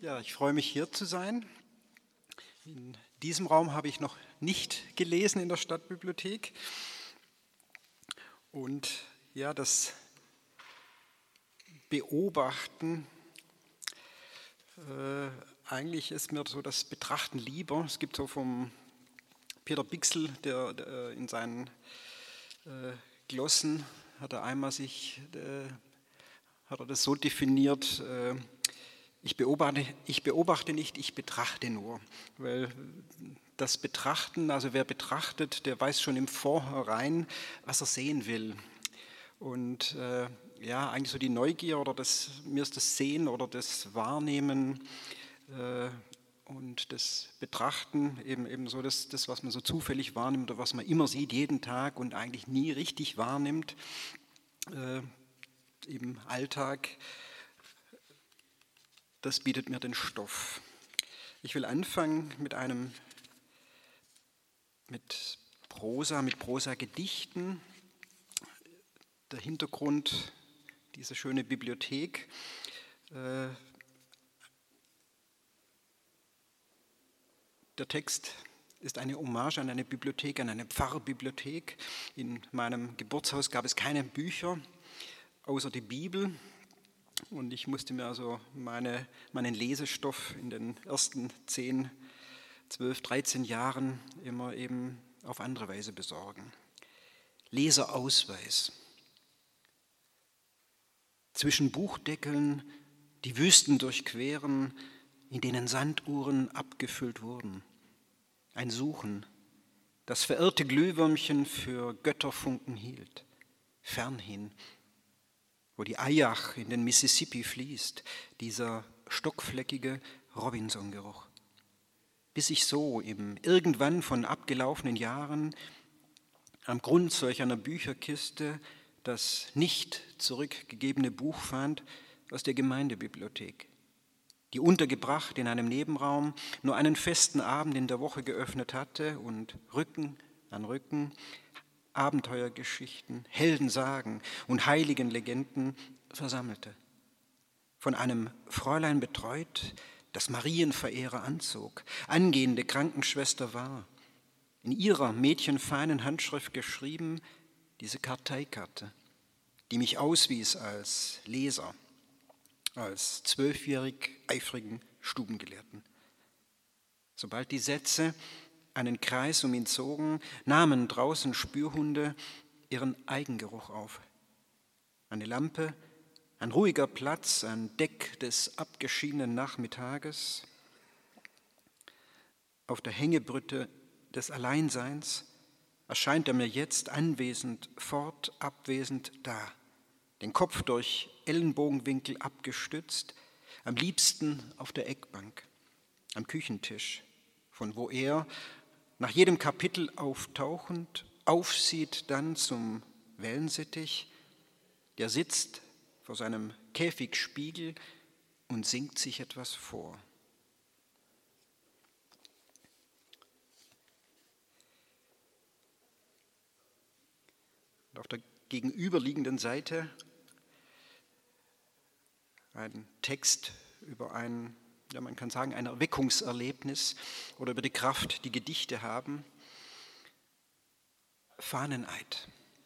Ja, ich freue mich, hier zu sein. In diesem Raum habe ich noch nicht gelesen in der Stadtbibliothek. Und ja, das Beobachten, eigentlich ist mir so das Betrachten lieber. Es gibt so vom Peter Bichsel, der in seinen Glossen hat er einmal hat er das so definiert, ich beobachte nicht, ich betrachte nur. Weil das Betrachten, also wer betrachtet, der weiß schon im Vorhinein, was er sehen will. Und ja, eigentlich so die Neugier oder mir ist das Sehen oder das Wahrnehmen und das Betrachten eben so das, was man so zufällig wahrnimmt oder was man immer sieht, jeden Tag und eigentlich nie richtig wahrnimmt im Alltag. Das bietet mir den Stoff. Ich will anfangen mit Prosa-Gedichten. Der Hintergrund, diese schöne Bibliothek. Der Text ist eine Hommage an eine Bibliothek, an eine Pfarrbibliothek. In meinem Geburtshaus gab es keine Bücher, außer die Bibel. Und ich musste mir also meinen Lesestoff in den ersten 10, 12, 13 Jahren immer eben auf andere Weise besorgen. Leserausweis. Zwischen Buchdeckeln die Wüsten durchqueren, in denen Sanduhren abgefüllt wurden. Ein Suchen, das verirrte Glühwürmchen für Götterfunken hielt. Fernhin, wo die Eyach in den Mississippi fließt, dieser stockfleckige Robinson-Geruch. Bis ich so irgendwann von abgelaufenen Jahren am Grund solch einer Bücherkiste das nicht zurückgegebene Buch fand aus der Gemeindebibliothek, die untergebracht in einem Nebenraum nur einen festen Abend in der Woche geöffnet hatte und Rücken an Rücken Abenteuergeschichten, Heldensagen und heiligen Legenden versammelte. Von einem Fräulein betreut, das Marienverehrer anzog, angehende Krankenschwester war, in ihrer mädchenfeinen Handschrift geschrieben, diese Karteikarte, die mich auswies als Leser, als 12-jährig eifrigen Stubengelehrten. Sobald die Sätze einen Kreis um ihn zogen, nahmen draußen Spürhunde ihren Eigengeruch auf. Eine Lampe, ein ruhiger Platz an Deck des abgeschiedenen Nachmittages, auf der Hängebrücke des Alleinseins erscheint er mir jetzt anwesend, fort, abwesend da, den Kopf durch Ellenbogenwinkel abgestützt, am liebsten auf der Eckbank, am Küchentisch, von wo er nach jedem Kapitel auftauchend aufsieht dann zum Wellensittich, der sitzt vor seinem Käfigspiegel und singt sich etwas vor. Und auf der gegenüberliegenden Seite ein Text über man kann sagen, ein Erweckungserlebnis oder über die Kraft, die Gedichte haben. Fahneneid.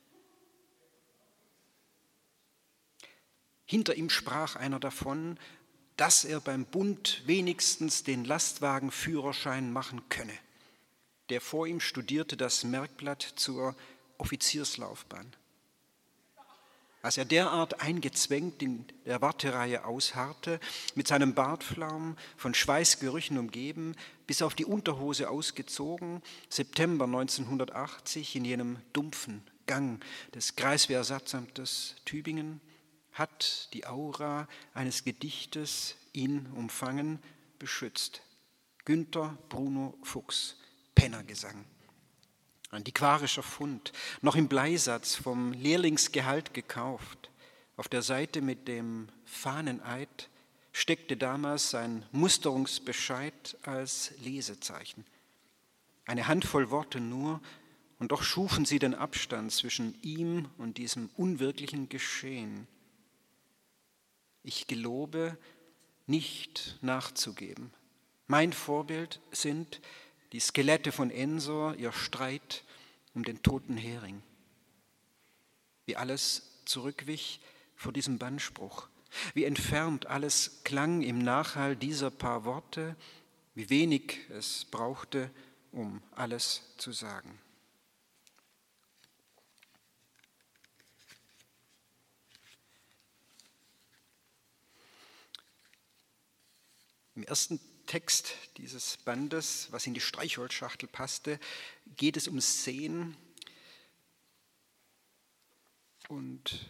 Hinter ihm sprach einer davon, dass er beim Bund wenigstens den Lastwagenführerschein machen könne. Der vor ihm studierte das Merkblatt zur Offizierslaufbahn. Als er derart eingezwängt in der Wartereihe ausharrte, mit seinem Bartflaum von Schweißgerüchen umgeben, bis auf die Unterhose ausgezogen, September 1980 in jenem dumpfen Gang des Kreiswehrersatzamtes Tübingen, hat die Aura eines Gedichtes ihn umfangen, beschützt. Günther Bruno Fuchs, Pennergesang. Antiquarischer Fund, noch im Bleisatz vom Lehrlingsgehalt gekauft. Auf der Seite mit dem Fahneneid steckte damals sein Musterungsbescheid als Lesezeichen. Eine Handvoll Worte nur, und doch schufen sie den Abstand zwischen ihm und diesem unwirklichen Geschehen. Ich gelobe, nicht nachzugeben. Mein Vorbild sind die Skelette von Ensor, ihr Streit um den toten Hering. Wie alles zurückwich vor diesem Bannspruch, wie entfernt alles klang im Nachhall dieser paar Worte, wie wenig es brauchte, um alles zu sagen. Im ersten Text dieses Bandes, was in die Streichholzschachtel passte, geht es ums Sehen und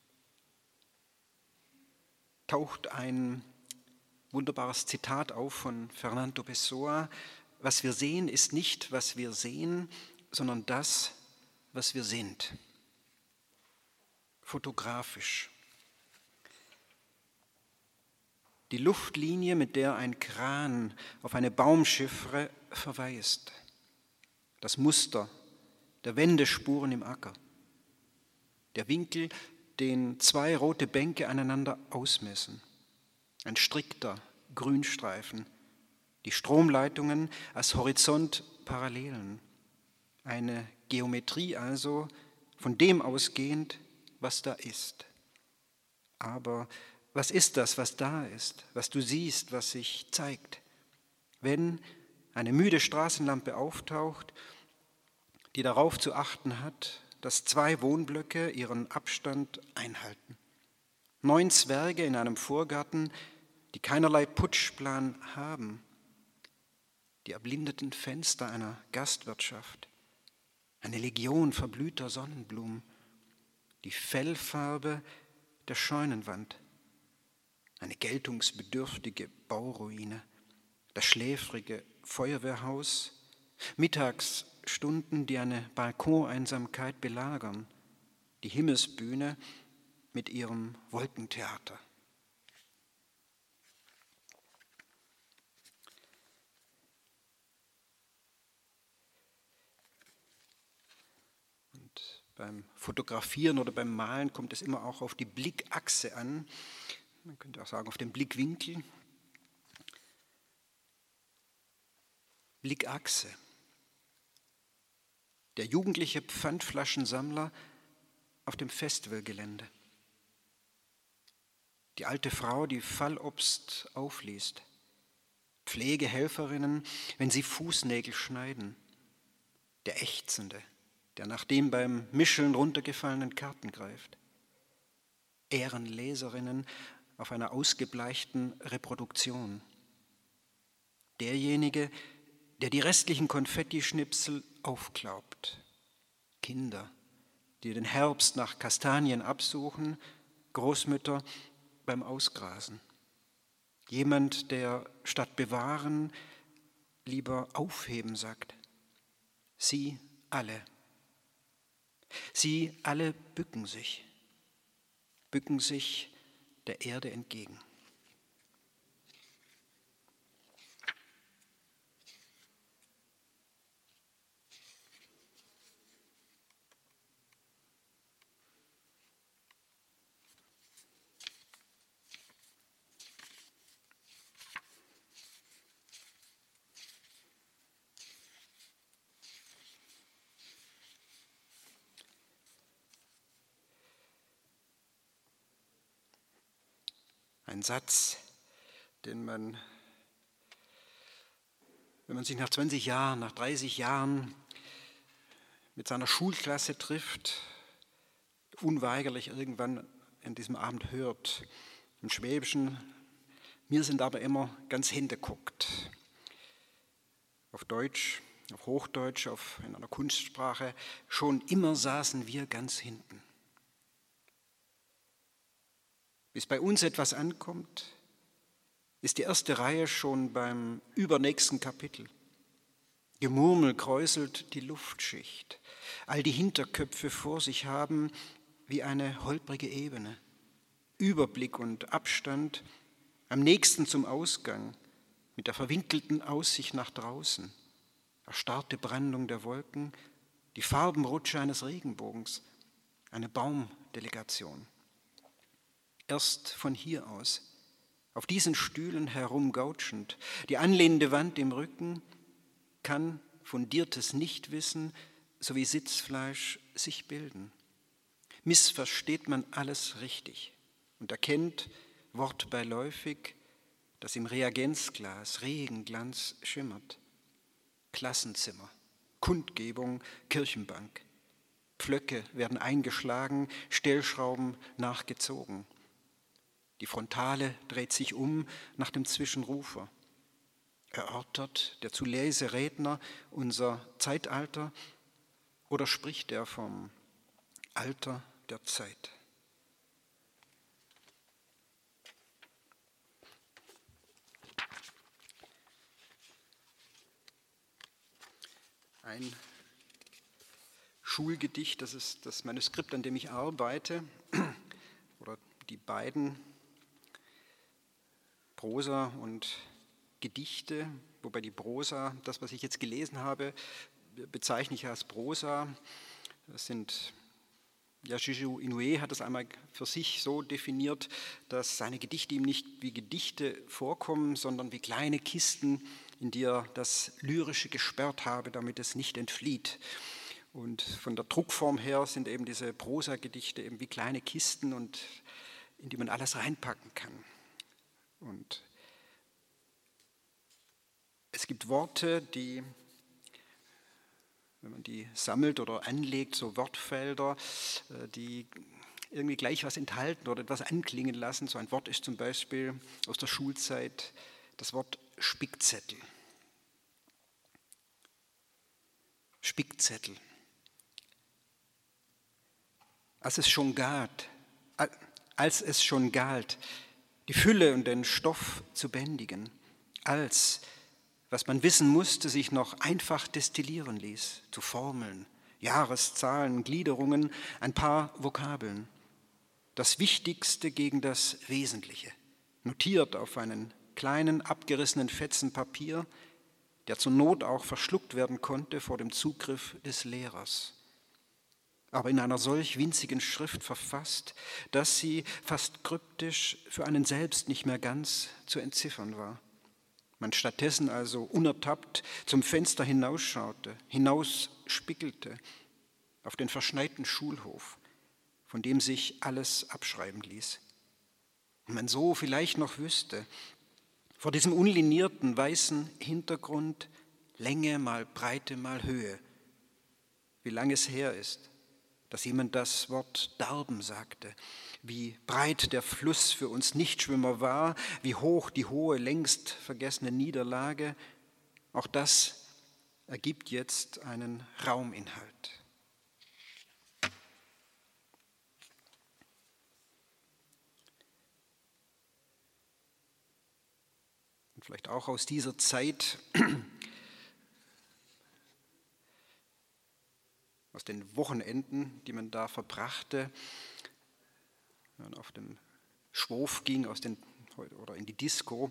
taucht ein wunderbares Zitat auf von Fernando Pessoa: Was wir sehen, ist nicht, was wir sehen, sondern das, was wir sind. Fotografisch. Die Luftlinie, mit der ein Kran auf eine Baumchiffre verweist. Das Muster der Wendespuren im Acker. Der Winkel, den zwei rote Bänke aneinander ausmessen. Ein strikter Grünstreifen. Die Stromleitungen als Horizontparallelen. Eine Geometrie also, von dem ausgehend, was da ist. Aber was ist das, was da ist, was du siehst, was sich zeigt? Wenn eine müde Straßenlampe auftaucht, die darauf zu achten hat, dass zwei Wohnblöcke ihren Abstand einhalten. 9 Zwerge in einem Vorgarten, die keinerlei Putschplan haben. Die erblindeten Fenster einer Gastwirtschaft. Eine Legion verblühter Sonnenblumen. Die Fellfarbe der Scheunenwand. Eine geltungsbedürftige Bauruine, das schläfrige Feuerwehrhaus, Mittagsstunden, die eine Balkoneinsamkeit belagern, die Himmelsbühne mit ihrem Wolkentheater. Und beim Fotografieren oder beim Malen kommt es immer auch auf die Blickachse an. Man könnte auch sagen, auf den Blickwinkel. Blickachse. Der jugendliche Pfandflaschensammler auf dem Festivalgelände. Die alte Frau, die Fallobst aufliest. Pflegehelferinnen, wenn sie Fußnägel schneiden. Der Ächzende, der nach dem beim Mischeln runtergefallenen Karten greift. Ehrenleserinnen auf einer ausgebleichten Reproduktion. Derjenige, der die restlichen Konfettischnipsel aufklaubt. Kinder, die den Herbst nach Kastanien absuchen, Großmütter beim Ausgrasen. Jemand, der statt bewahren lieber aufheben sagt. Sie alle bücken sich der Erde entgegen. Ein Satz, den man, wenn man sich nach 20 Jahren, nach 30 Jahren mit seiner Schulklasse trifft, unweigerlich irgendwann an diesem Abend hört. Im Schwäbischen: Wir sind aber immer ganz hingeguckt. Auf Deutsch, auf Hochdeutsch, in einer Kunstsprache: Schon immer saßen wir ganz hinten. Bis bei uns etwas ankommt, ist die erste Reihe schon beim übernächsten Kapitel. Gemurmel kräuselt die Luftschicht. All die Hinterköpfe vor sich haben wie eine holprige Ebene. Überblick und Abstand am nächsten zum Ausgang, mit der verwinkelten Aussicht nach draußen. Erstarrte Brandung der Wolken, die Farbenrutsche eines Regenbogens, eine Baumdelegation. Erst von hier aus, auf diesen Stühlen herumgautschend, die anlehnende Wand im Rücken, kann fundiertes Nichtwissen sowie Sitzfleisch sich bilden. Missversteht man alles richtig und erkennt wortbeiläufig, dass im Reagenzglas Regenglanz schimmert. Klassenzimmer, Kundgebung, Kirchenbank. Pflöcke werden eingeschlagen, Stellschrauben nachgezogen. Die Frontale dreht sich um nach dem Zwischenrufer. Erörtert der zu leise Redner unser Zeitalter oder spricht er vom Alter der Zeit? Ein Schulgedicht, das ist das Manuskript, an dem ich arbeite, oder die beiden Prosa und Gedichte, wobei die Prosa, das, was ich jetzt gelesen habe, bezeichne ich als Prosa. Das sind, ja, Shiju Inoue hat es einmal für sich so definiert, dass seine Gedichte ihm nicht wie Gedichte vorkommen, sondern wie kleine Kisten, in die er das Lyrische gesperrt habe, damit es nicht entflieht. Und von der Druckform her sind eben diese Prosagedichte eben wie kleine Kisten, und in die man alles reinpacken kann. Und es gibt Worte, die, wenn man die sammelt oder anlegt, so Wortfelder, die irgendwie gleich was enthalten oder etwas anklingen lassen. So ein Wort ist zum Beispiel aus der Schulzeit das Wort Spickzettel. Spickzettel. Als es schon galt, die Fülle und den Stoff zu bändigen, als, was man wissen musste, sich noch einfach destillieren ließ, zu Formeln, Jahreszahlen, Gliederungen, ein paar Vokabeln. Das Wichtigste gegen das Wesentliche, notiert auf einen kleinen, abgerissenen Fetzen Papier, der zur Not auch verschluckt werden konnte vor dem Zugriff des Lehrers. Aber in einer solch winzigen Schrift verfasst, dass sie fast kryptisch für einen selbst nicht mehr ganz zu entziffern war. Man stattdessen also unertappt zum Fenster hinausschaute, hinausspiegelte auf den verschneiten Schulhof, von dem sich alles abschreiben ließ. Und man so vielleicht noch wüsste, vor diesem unlinierten weißen Hintergrund Länge mal Breite mal Höhe, wie lang es her ist, dass jemand das Wort Darben sagte, wie breit der Fluss für uns Nichtschwimmer war, wie hoch die hohe, längst vergessene Niederlage, auch das ergibt jetzt einen Rauminhalt. Und vielleicht auch aus dieser Zeit, aus den Wochenenden, die man da verbrachte, wenn man auf dem Schwof ging oder in die Disco.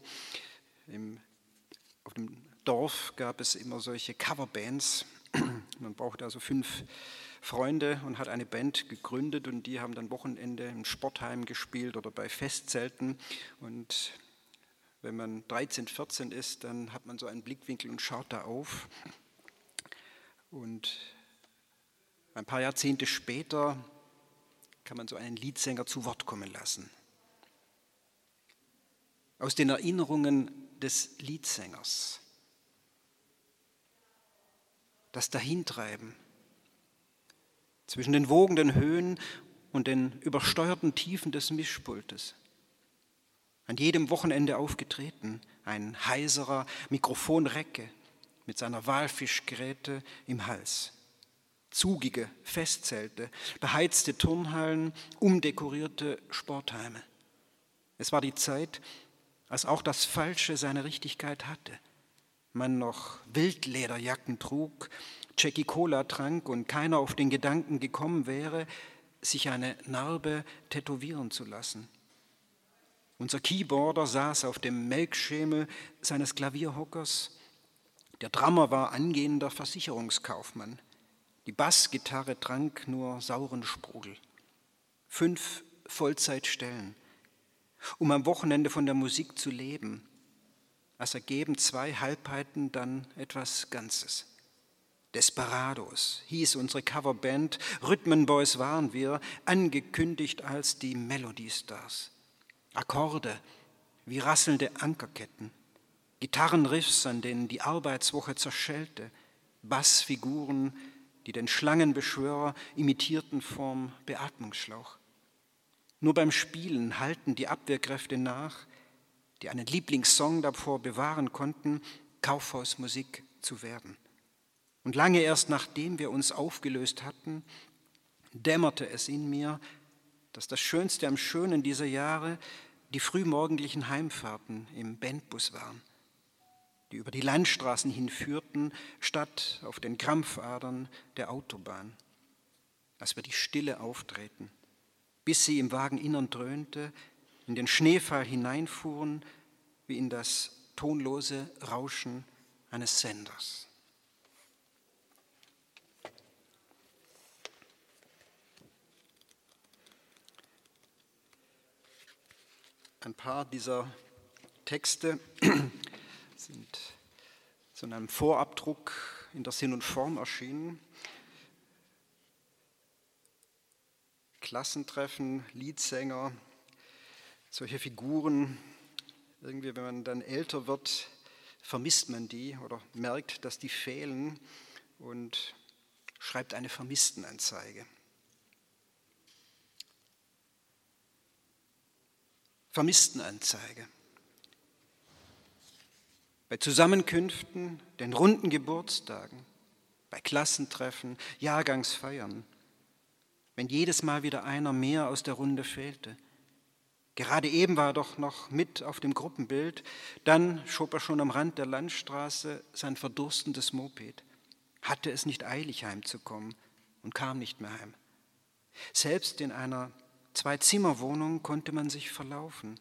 Auf dem Dorf gab es immer solche Coverbands. Man brauchte also 5 Freunde und hat eine Band gegründet, und die haben dann Wochenende im Sportheim gespielt oder bei Festzelten. Und wenn man 13, 14 ist, dann hat man so einen Blickwinkel und schaut da auf. Und ein paar Jahrzehnte später kann man so einen Liedsänger zu Wort kommen lassen. Aus den Erinnerungen des Liedsängers. Das Dahintreiben zwischen den wogenden Höhen und den übersteuerten Tiefen des Mischpultes. An jedem Wochenende aufgetreten, ein heiserer Mikrofonrecke mit seiner Walfischgräte im Hals. Zugige Festzelte, beheizte Turnhallen, umdekorierte Sportheime. Es war die Zeit, als auch das Falsche seine Richtigkeit hatte. Man noch Wildlederjacken trug, Jackie Cola trank und keiner auf den Gedanken gekommen wäre, sich eine Narbe tätowieren zu lassen. Unser Keyboarder saß auf dem Melkschemel seines Klavierhockers. Der Drummer war angehender Versicherungskaufmann. Die Bassgitarre trank nur sauren Sprudel. 5 Vollzeitstellen. um am Wochenende von der Musik zu leben, als ergeben zwei Halbheiten dann etwas Ganzes. Desperados hieß unsere Coverband, Rhythmenboys waren wir, angekündigt als die Melody Stars. Akkorde wie rasselnde Ankerketten, Gitarrenriffs, an denen die Arbeitswoche zerschellte, Bassfiguren, die den Schlangenbeschwörer imitierten vorm Beatmungsschlauch. Nur beim Spielen halten die Abwehrkräfte nach, die einen Lieblingssong davor bewahren konnten, Kaufhausmusik zu werden. Und lange erst nachdem wir uns aufgelöst hatten, dämmerte es in mir, dass das Schönste am Schönen dieser Jahre die frühmorgendlichen Heimfahrten im Bandbus waren, die über die Landstraßen hinführten, statt auf den Krampfadern der Autobahn. Als wir die Stille auftreten, bis sie im Wageninnern dröhnte, in den Schneefall hineinfuhren, wie in das tonlose Rauschen eines Senders. Ein paar dieser Texte sind so in einem Vorabdruck in der Sinn und Form erschienen. Klassentreffen, Liedsänger, solche Figuren, irgendwie, wenn man dann älter wird, vermisst man die oder merkt, dass die fehlen und schreibt eine Vermisstenanzeige. Vermisstenanzeige. Bei Zusammenkünften, den runden Geburtstagen, bei Klassentreffen, Jahrgangsfeiern, wenn jedes Mal wieder einer mehr aus der Runde fehlte. Gerade eben war er doch noch mit auf dem Gruppenbild, dann schob er schon am Rand der Landstraße sein verdurstendes Moped, hatte es nicht eilig heimzukommen und kam nicht mehr heim. Selbst in einer Zwei-Zimmer-Wohnung konnte man sich verlaufen,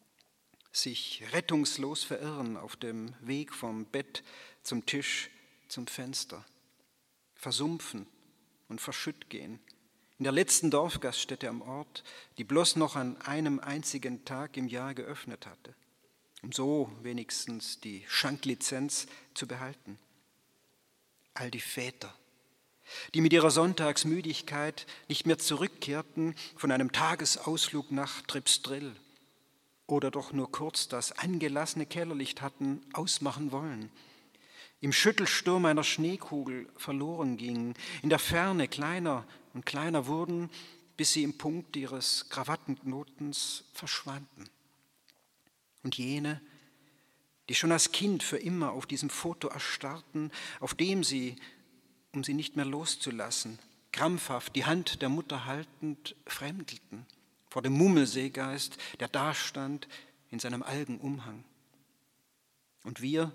sich rettungslos verirren auf dem Weg vom Bett zum Tisch, zum Fenster, versumpfen und verschütt gehen. In der letzten Dorfgaststätte am Ort, die bloß noch an einem einzigen Tag im Jahr geöffnet hatte, um so wenigstens die Schanklizenz zu behalten. All die Väter, die mit ihrer Sonntagsmüdigkeit nicht mehr zurückkehrten von einem Tagesausflug nach Tripsdrill oder doch nur kurz das angelassene Kellerlicht hatten ausmachen wollen, im Schüttelsturm einer Schneekugel verloren gingen, in der Ferne kleiner und kleiner wurden, bis sie im Punkt ihres Krawattenknotens verschwanden. Und jene, die schon als Kind für immer auf diesem Foto erstarrten, auf dem sie, um sie nicht mehr loszulassen, krampfhaft die Hand der Mutter haltend, fremdelten vor dem Mummelseegeist, der dastand in seinem Algenumhang. Und wir,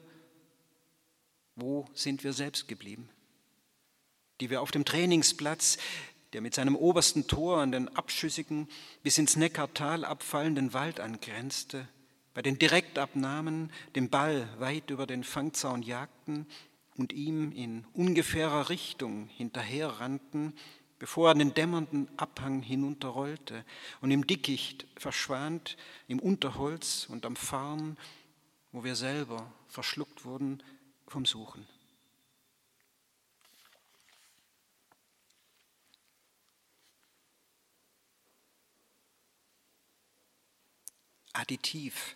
wo sind wir selbst geblieben? Die wir auf dem Trainingsplatz, der mit seinem obersten Tor an den abschüssigen, bis ins Neckartal abfallenden Wald angrenzte, bei den Direktabnahmen den Ball weit über den Fangzaun jagten und ihm in ungefährer Richtung hinterherrannten, bevor er den dämmernden Abhang hinunterrollte und im Dickicht verschwand, im Unterholz und am Farn, wo wir selber verschluckt wurden vom Suchen. Additiv.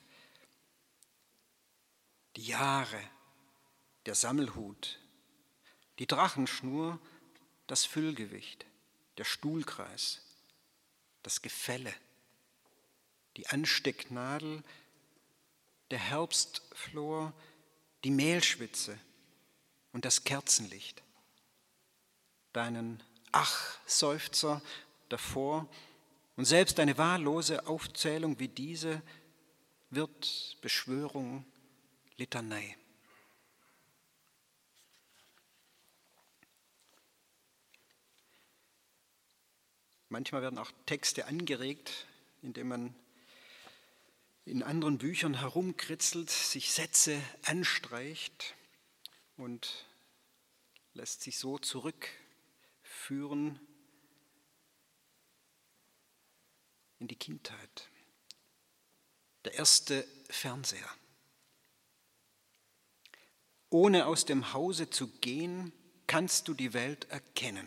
Die Jahre, der Sammelhut, die Drachenschnur, das Füllgewicht, der Stuhlkreis, das Gefälle, die Anstecknadel, der Herbstflor, die Mehlschwitze und das Kerzenlicht. Deinen Ach-Seufzer davor und selbst eine wahllose Aufzählung wie diese wird Beschwörung, Litanei. Manchmal werden auch Texte angeregt, indem man in anderen Büchern herumkritzelt, sich Sätze anstreicht und lässt sich so zurückführen in die Kindheit. der erste Fernseher. Ohne aus dem Hause zu gehen, kannst du die Welt erkennen.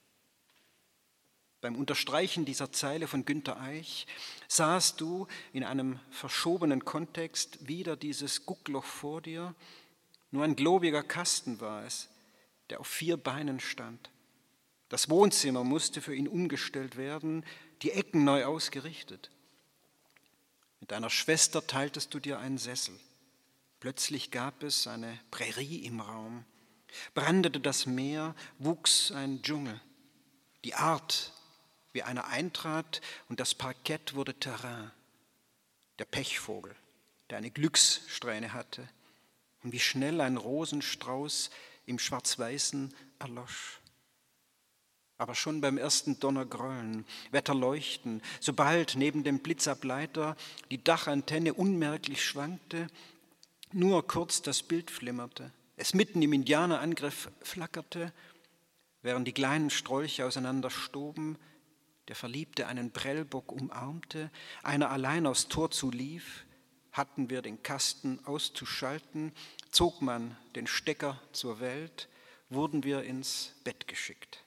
Beim Unterstreichen dieser Zeile von Günter Eich sahst du in einem verschobenen Kontext wieder dieses Guckloch vor dir. Nur ein globiger Kasten war es, der auf 4 Beinen stand. Das Wohnzimmer musste für ihn umgestellt werden, die Ecken neu ausgerichtet. Mit deiner Schwester teiltest du dir einen Sessel. Plötzlich gab es eine Prärie im Raum. Brandete das Meer, wuchs ein Dschungel. Die Art, wie einer eintrat, und das Parkett wurde Terrain. Der Pechvogel, der eine Glückssträhne hatte, und wie schnell ein Rosenstrauß im Schwarz-Weißen erlosch. Aber schon beim ersten Donnergrollen, Wetterleuchten, sobald neben dem Blitzableiter die Dachantenne unmerklich schwankte, nur kurz das Bild flimmerte, es mitten im Indianerangriff flackerte, während die kleinen Strolche auseinander stoben, der Verliebte einen Prellbock umarmte, einer allein aufs Tor zulief, hatten wir den Kasten auszuschalten, zog man den Stecker zur Welt, wurden wir ins Bett geschickt.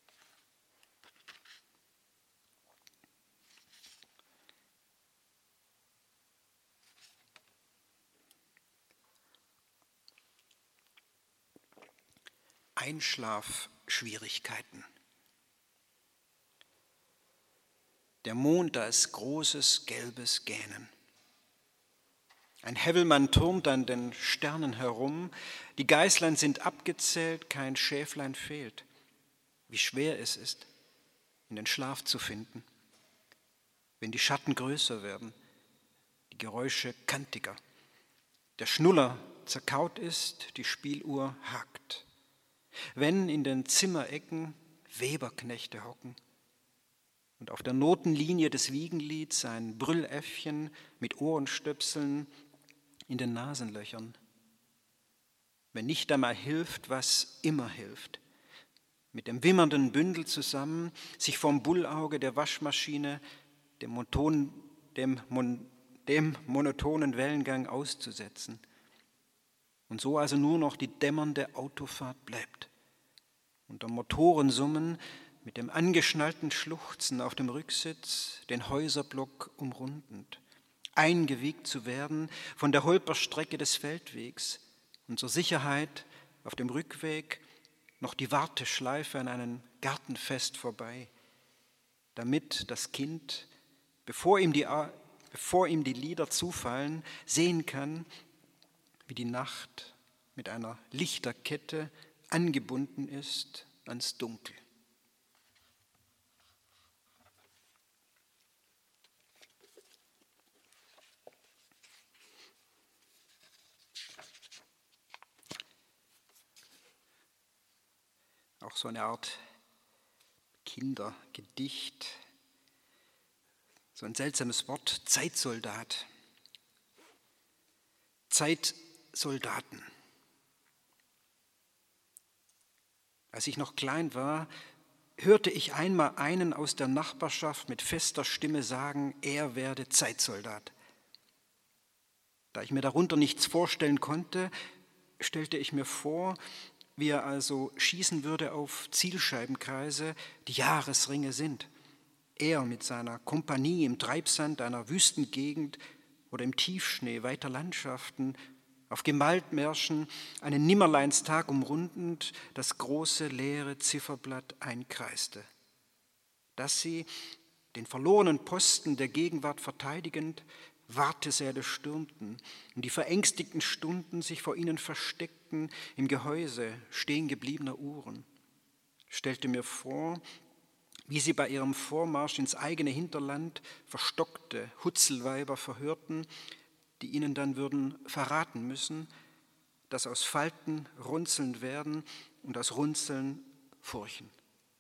Einschlafschwierigkeiten. Der Mond als großes gelbes Gähnen. Ein Häwelmann turnt an den Sternen herum, die Geißlein sind abgezählt, kein Schäflein fehlt. Wie schwer es ist, in den Schlaf zu finden, wenn die Schatten größer werden, die Geräusche kantiger, der Schnuller zerkaut ist, die Spieluhr hakt. Wenn in den Zimmerecken Weberknechte hocken und auf der Notenlinie des Wiegenlieds ein Brülläffchen mit Ohrenstöpseln in den Nasenlöchern. Wenn nicht einmal hilft, was immer hilft, mit dem wimmernden Bündel zusammen, sich vom Bullauge der Waschmaschine dem monotonen Wellengang auszusetzen. Und so also nur noch die dämmernde Autofahrt bleibt. Unter Motorensummen mit dem angeschnallten Schluchzen auf dem Rücksitz den Häuserblock umrundend. Eingewiegt zu werden von der Holperstrecke des Feldwegs und zur Sicherheit auf dem Rückweg noch die Warteschleife an einem Gartenfest vorbei, damit das Kind, bevor ihm die Lieder zufallen, sehen kann, wie die Nacht mit einer Lichterkette angebunden ist ans Dunkel. Auch so eine Art Kindergedicht, so ein seltsames Wort, Zeitsoldat. Zeitsoldaten. Als ich noch klein war, hörte ich einmal einen aus der Nachbarschaft mit fester Stimme sagen, er werde Zeitsoldat. Da ich mir darunter nichts vorstellen konnte, stellte ich mir vor, wie er also schießen würde auf Zielscheibenkreise, die Jahresringe sind. Er mit seiner Kompanie im Treibsand einer Wüstengegend oder im Tiefschnee weiter Landschaften, auf Gewaltmärschen einen Nimmerleinstag umrundend das große leere Zifferblatt einkreiste. Dass sie, den verlorenen Posten der Gegenwart verteidigend, Wartesäle stürmten und die verängstigten Stunden sich vor ihnen versteckten im Gehäuse stehengebliebener Uhren. Stellte mir vor, wie sie bei ihrem Vormarsch ins eigene Hinterland verstockte Hutzelweiber verhörten, die ihnen dann würden verraten müssen, dass aus Falten Runzeln werden und aus Runzeln Furchen.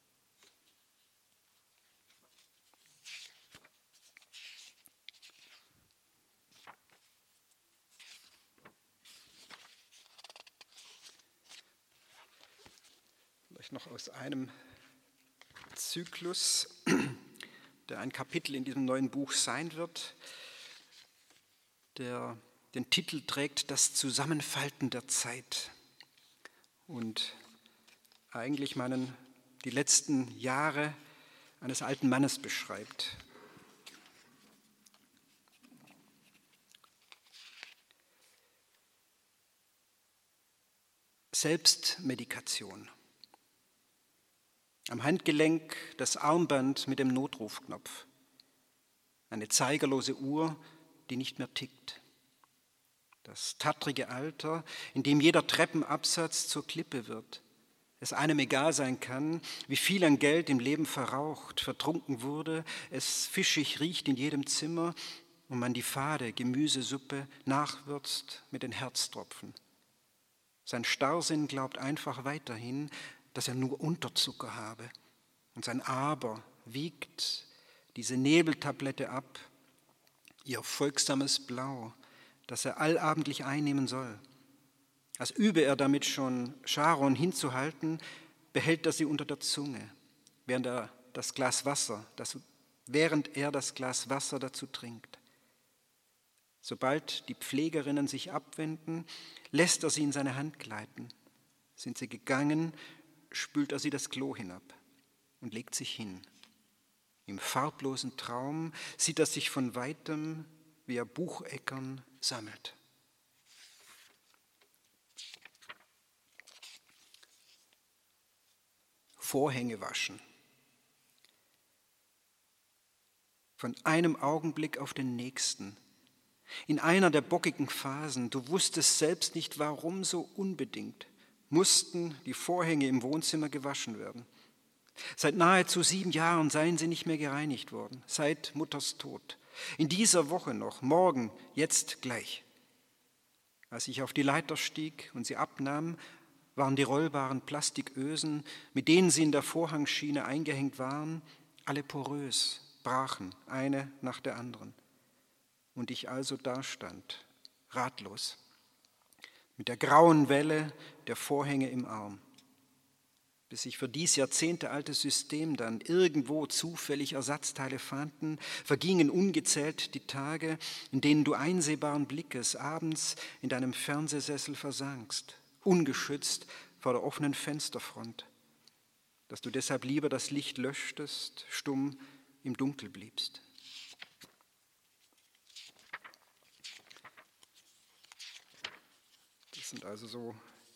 Vielleicht noch aus einem Zyklus, der ein Kapitel in diesem neuen Buch sein wird. der den Titel trägt Das Zusammenfalten der Zeit und eigentlich die letzten Jahre eines alten Mannes beschreibt. Selbstmedikation. Am Handgelenk das Armband mit dem Notrufknopf. Eine zeigerlose Uhr, die nicht mehr tickt. Das tattrige Alter, in dem jeder Treppenabsatz zur Klippe wird. Es einem egal sein kann, wie viel an Geld im Leben verraucht, vertrunken wurde, es fischig riecht in jedem Zimmer und man die fade Gemüsesuppe nachwürzt mit den Herztropfen. Sein Starrsinn glaubt einfach weiterhin, dass er nur Unterzucker habe. Und sein Aber wiegt diese Nebeltablette ab, ihr folgsames Blau, das er allabendlich einnehmen soll. Als übe er damit schon, Charon hinzuhalten, behält er sie unter der Zunge, während er das Glas Wasser dazu trinkt. Sobald die Pflegerinnen sich abwenden, lässt er sie in seine Hand gleiten. Sind sie gegangen, spült er sie das Klo hinab und legt sich hin. Im farblosen Traum sieht er sich von weitem, wie er Bucheckern sammelt. Vorhänge waschen. Von einem Augenblick auf den nächsten. In einer der bockigen Phasen, du wusstest selbst nicht warum so unbedingt, mussten die Vorhänge im Wohnzimmer gewaschen werden. Seit nahezu 7 Jahren seien sie nicht mehr gereinigt worden, seit Mutters Tod. In dieser Woche noch, morgen, jetzt gleich. Als ich auf die Leiter stieg und sie abnahm, waren die rollbaren Plastikösen, mit denen sie in der Vorhangschiene eingehängt waren, alle porös, brachen, eine nach der anderen. Und ich also dastand, ratlos, mit der grauen Welle der Vorhänge im Arm. Bis sich für dies jahrzehntealte System dann irgendwo zufällig Ersatzteile fanden, vergingen ungezählt die Tage, in denen du einsehbaren Blickes abends in deinem Fernsehsessel versankst, ungeschützt vor der offenen Fensterfront, dass du deshalb lieber das Licht löschtest, stumm im Dunkel bliebst. Das sind also so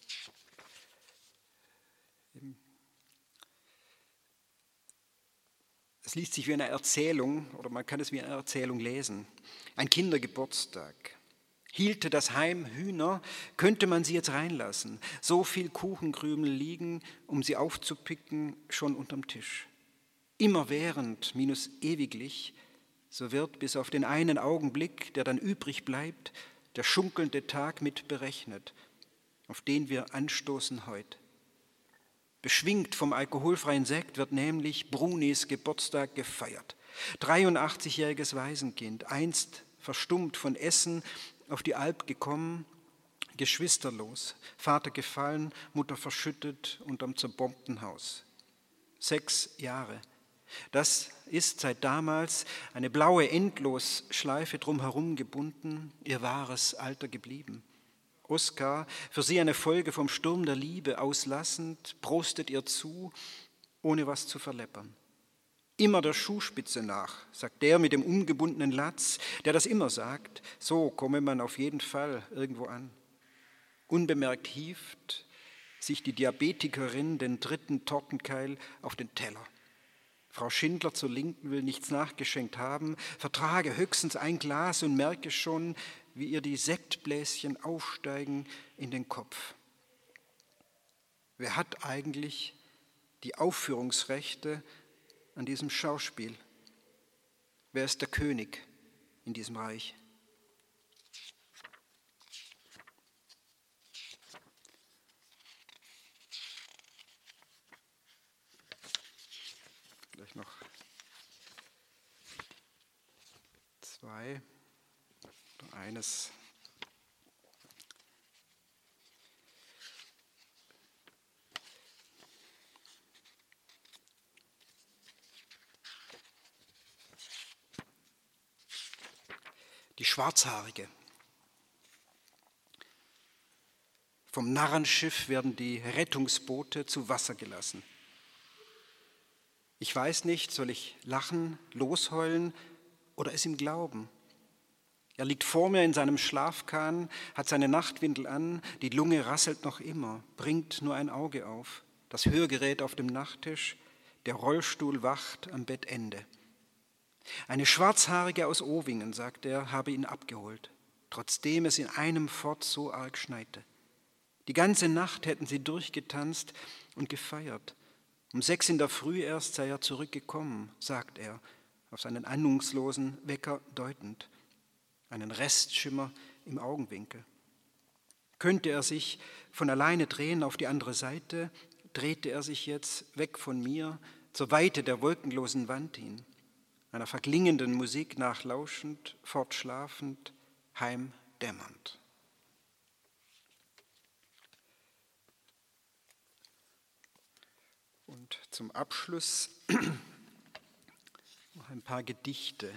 es liest sich wie eine Erzählung oder man kann es wie eine Erzählung lesen. Ein Kindergeburtstag. Hielte das Heim Hühner, könnte man sie jetzt reinlassen. So viel Kuchenkrümel liegen, um sie aufzupicken, schon unterm Tisch. Immerwährend minus ewiglich, so wird bis auf den einen Augenblick, der dann übrig bleibt, der schunkelnde Tag mit berechnet, auf den wir anstoßen heute. Beschwingt vom alkoholfreien Sekt wird nämlich Brunis Geburtstag gefeiert. 83-jähriges Waisenkind, einst verstummt von Essen, auf die Alp gekommen, geschwisterlos, Vater gefallen, Mutter verschüttet unterm zerbombten Haus. 6 Jahre. Das ist seit damals eine blaue Endlosschleife drumherum gebunden, ihr wahres Alter geblieben. Oskar, für sie eine Folge vom Sturm der Liebe auslassend, prostet ihr zu, ohne was zu verleppern. Immer der Schuhspitze nach, sagt der mit dem umgebundenen Latz, der das immer sagt, so komme man auf jeden Fall irgendwo an. Unbemerkt hieft sich die Diabetikerin den 3. Tortenkeil auf den Teller. Frau Schindler zur Linken will nichts nachgeschenkt haben, vertrage höchstens ein Glas und merke schon, wie ihr die Sektbläschen aufsteigen in den Kopf. Wer hat eigentlich die Aufführungsrechte an diesem Schauspiel? Wer ist der König in diesem Reich? Vielleicht noch 2 oder eines. Die Schwarzhaarige. Vom Narrenschiff werden die Rettungsboote zu Wasser gelassen. Ich weiß nicht, soll ich lachen, losheulen oder es ihm glauben? Er liegt vor mir in seinem Schlafkahn, hat seine Nachtwindel an, die Lunge rasselt noch immer, bringt nur ein Auge auf, das Hörgerät auf dem Nachttisch, der Rollstuhl wacht am Bettende. Eine Schwarzhaarige aus Owingen, sagt er, habe ihn abgeholt, trotzdem es in einem Fort so arg schneite. Die ganze Nacht hätten sie durchgetanzt und gefeiert. Um 6 in der Früh erst sei er zurückgekommen, sagt er, auf seinen ahnungslosen Wecker deutend, einen Restschimmer im Augenwinkel. Könnte er sich von alleine drehen auf die andere Seite, drehte er sich jetzt weg von mir zur Weite der wolkenlosen Wand hin, einer verklingenden Musik nachlauschend, fortschlafend, heimdämmernd. Und zum Abschluss noch ein paar Gedichte.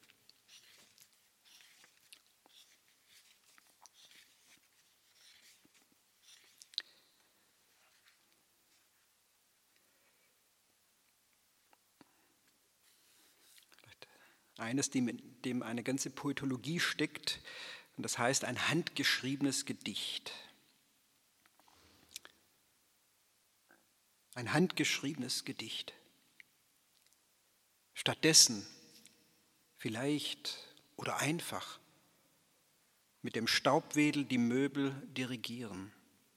Eines, dem eine ganze Poetologie steckt, und das heißt ein handgeschriebenes Gedicht. Ein handgeschriebenes Gedicht. Stattdessen, vielleicht oder einfach, mit dem Staubwedel die Möbel dirigieren.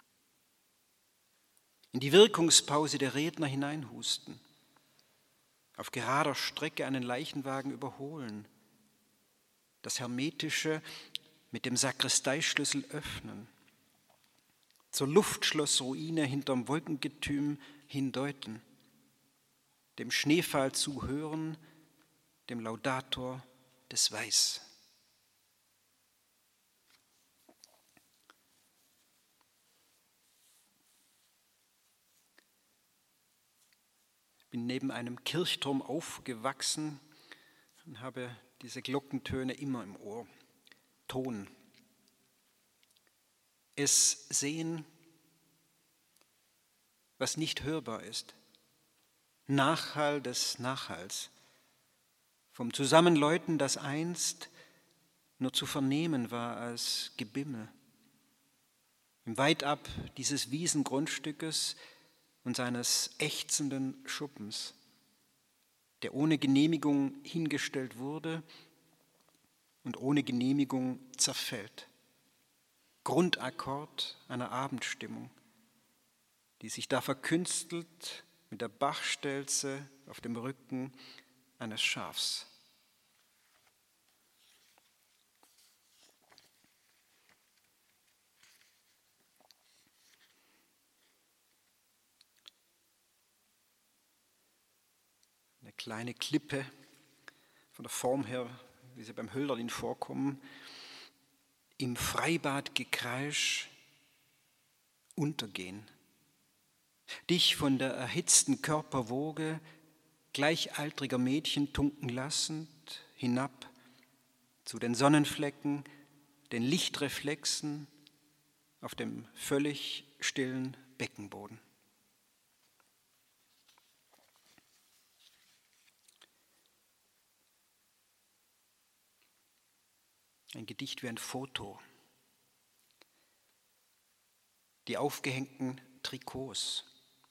In die Wirkungspause der Redner hineinhusten. Auf gerader Strecke einen Leichenwagen überholen. Das Hermetische mit dem Sakristeischlüssel öffnen. Zur Luftschlossruine hinterm Wolkengetüm hindeuten, dem Schneefall zuhören, dem Laudator des Weiß. Ich bin neben einem Kirchturm aufgewachsen und habe diese Glockentöne immer im Ohr. Ton. Es sehen, was nicht hörbar ist. Nachhall des Nachhalls. Vom Zusammenläuten, das einst nur zu vernehmen war als Gebimmel. Im Weitab dieses Wiesengrundstückes und seines ächzenden Schuppens, der ohne Genehmigung hingestellt wurde und ohne Genehmigung zerfällt. Grundakkord einer Abendstimmung, die sich da verkünstelt mit der Bachstelze auf dem Rücken eines Schafs. Eine kleine Klippe, von der Form her, wie sie beim Hölderlin vorkommen, im Freibadgekreisch untergehen. Dich von der erhitzten Körperwoge gleichaltriger Mädchen tunken lassend hinab zu den Sonnenflecken, den Lichtreflexen auf dem völlig stillen Beckenboden. Ein Gedicht wie ein Foto. Die aufgehängten Trikots.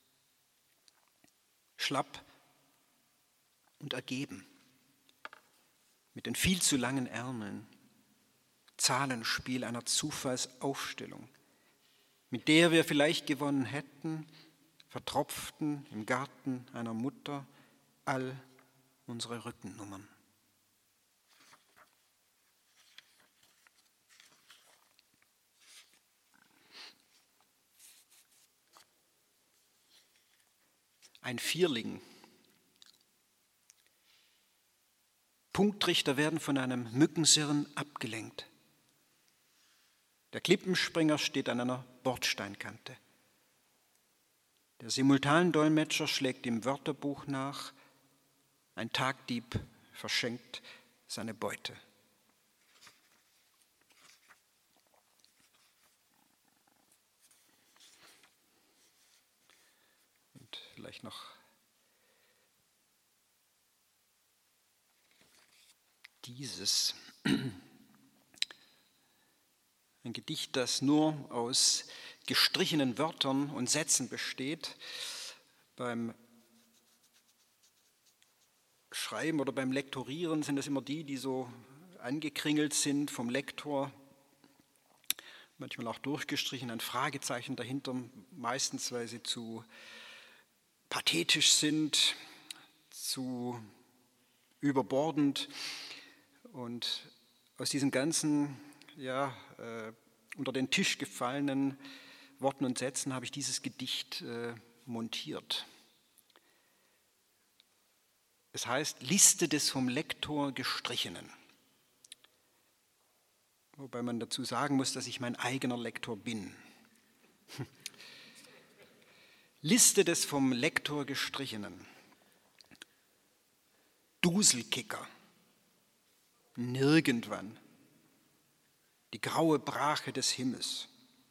Schlapp und ergeben. Mit den viel zu langen Ärmeln. Zahlenspiel einer Zufallsaufstellung, mit der wir vielleicht gewonnen hätten, vertropften im Garten einer Mutter all unsere Rückennummern. Ein Vierling. Punktrichter werden von einem Mückensirren abgelenkt. Der Klippenspringer steht an einer Bordsteinkante. Der Simultandolmetscher schlägt im Wörterbuch nach, ein Tagdieb verschenkt seine Beute. vielleicht noch dieses. Ein Gedicht, das nur aus gestrichenen Wörtern und Sätzen besteht. Beim Schreiben oder beim Lektorieren sind es immer die so angekringelt sind vom Lektor, manchmal auch durchgestrichen, ein Fragezeichen dahinter, meistens weil sie zu pathetisch sind, zu überbordend. Und aus diesen ganzen unter den Tisch gefallenen Worten und Sätzen habe ich dieses Gedicht montiert. Es heißt Liste des vom Lektor Gestrichenen. Wobei man dazu sagen muss, dass ich mein eigener Lektor bin. Liste des vom Lektor Gestrichenen. Duselkicker. Nirgendwann. Die graue Brache des Himmels.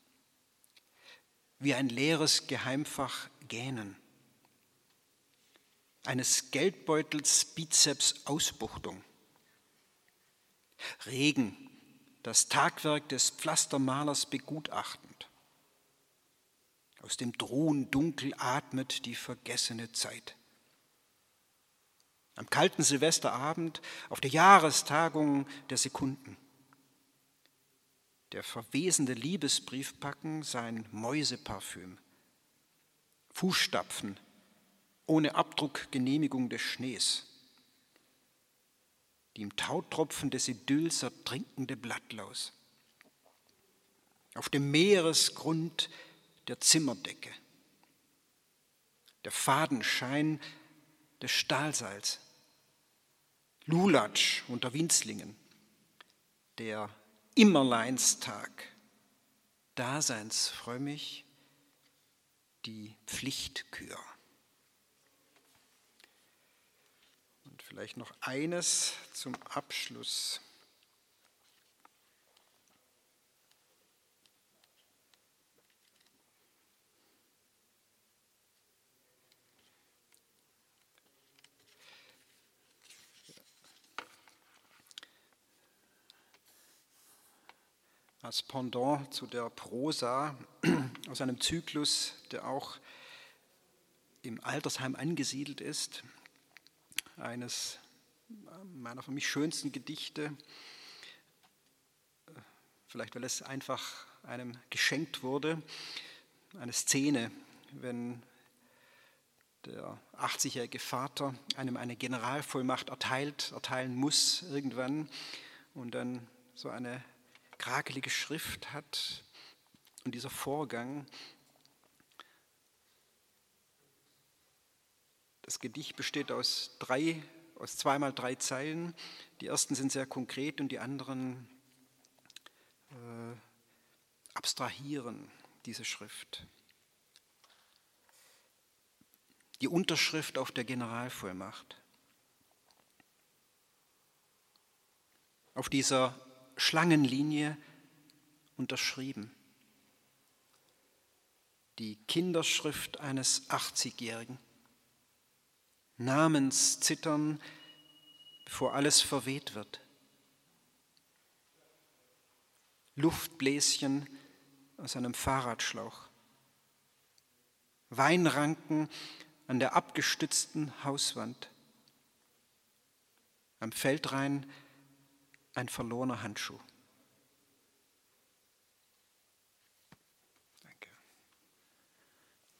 Wie ein leeres Geheimfach gähnen. Eines Geldbeutels Bizeps Ausbuchtung. Regen, das Tagwerk des Pflastermalers begutachtend. Aus dem drohen Dunkel atmet die vergessene Zeit. Am kalten Silvesterabend auf der Jahrestagung der Sekunden. Der verwesende Liebesbrief packen sein Mäuseparfüm. Fußstapfen ohne Abdruck Genehmigung des Schnees. Die im Tautropfen des Idylls ertrinkende Blattlaus. Auf dem Meeresgrund der Zimmerdecke. Der Fadenschein des Stahlseils. Lulatsch unter Winzlingen. Der Immerleinstag. Daseinsfrömmig die Pflichtkür. Und vielleicht noch eines zum Abschluss. Als Pendant zu der Prosa aus einem Zyklus, der auch im Altersheim angesiedelt ist, eines meiner für mich schönsten Gedichte, vielleicht weil es einfach einem geschenkt wurde, eine Szene, wenn der 80-jährige Vater einem eine Generalvollmacht erteilen muss irgendwann und dann so eine krakelige Schrift hat und dieser Vorgang, das Gedicht besteht aus 2x3 Zeilen. Die ersten sind sehr konkret und die anderen abstrahieren diese Schrift. Die Unterschrift auf der Generalvollmacht. Auf dieser Schlangenlinie unterschrieben. Die Kinderschrift eines 80-Jährigen. Namenszittern, bevor alles verweht wird. Luftbläschen aus einem Fahrradschlauch. Weinranken an der abgestützten Hauswand. Am Feldrain ein verlorener Handschuh.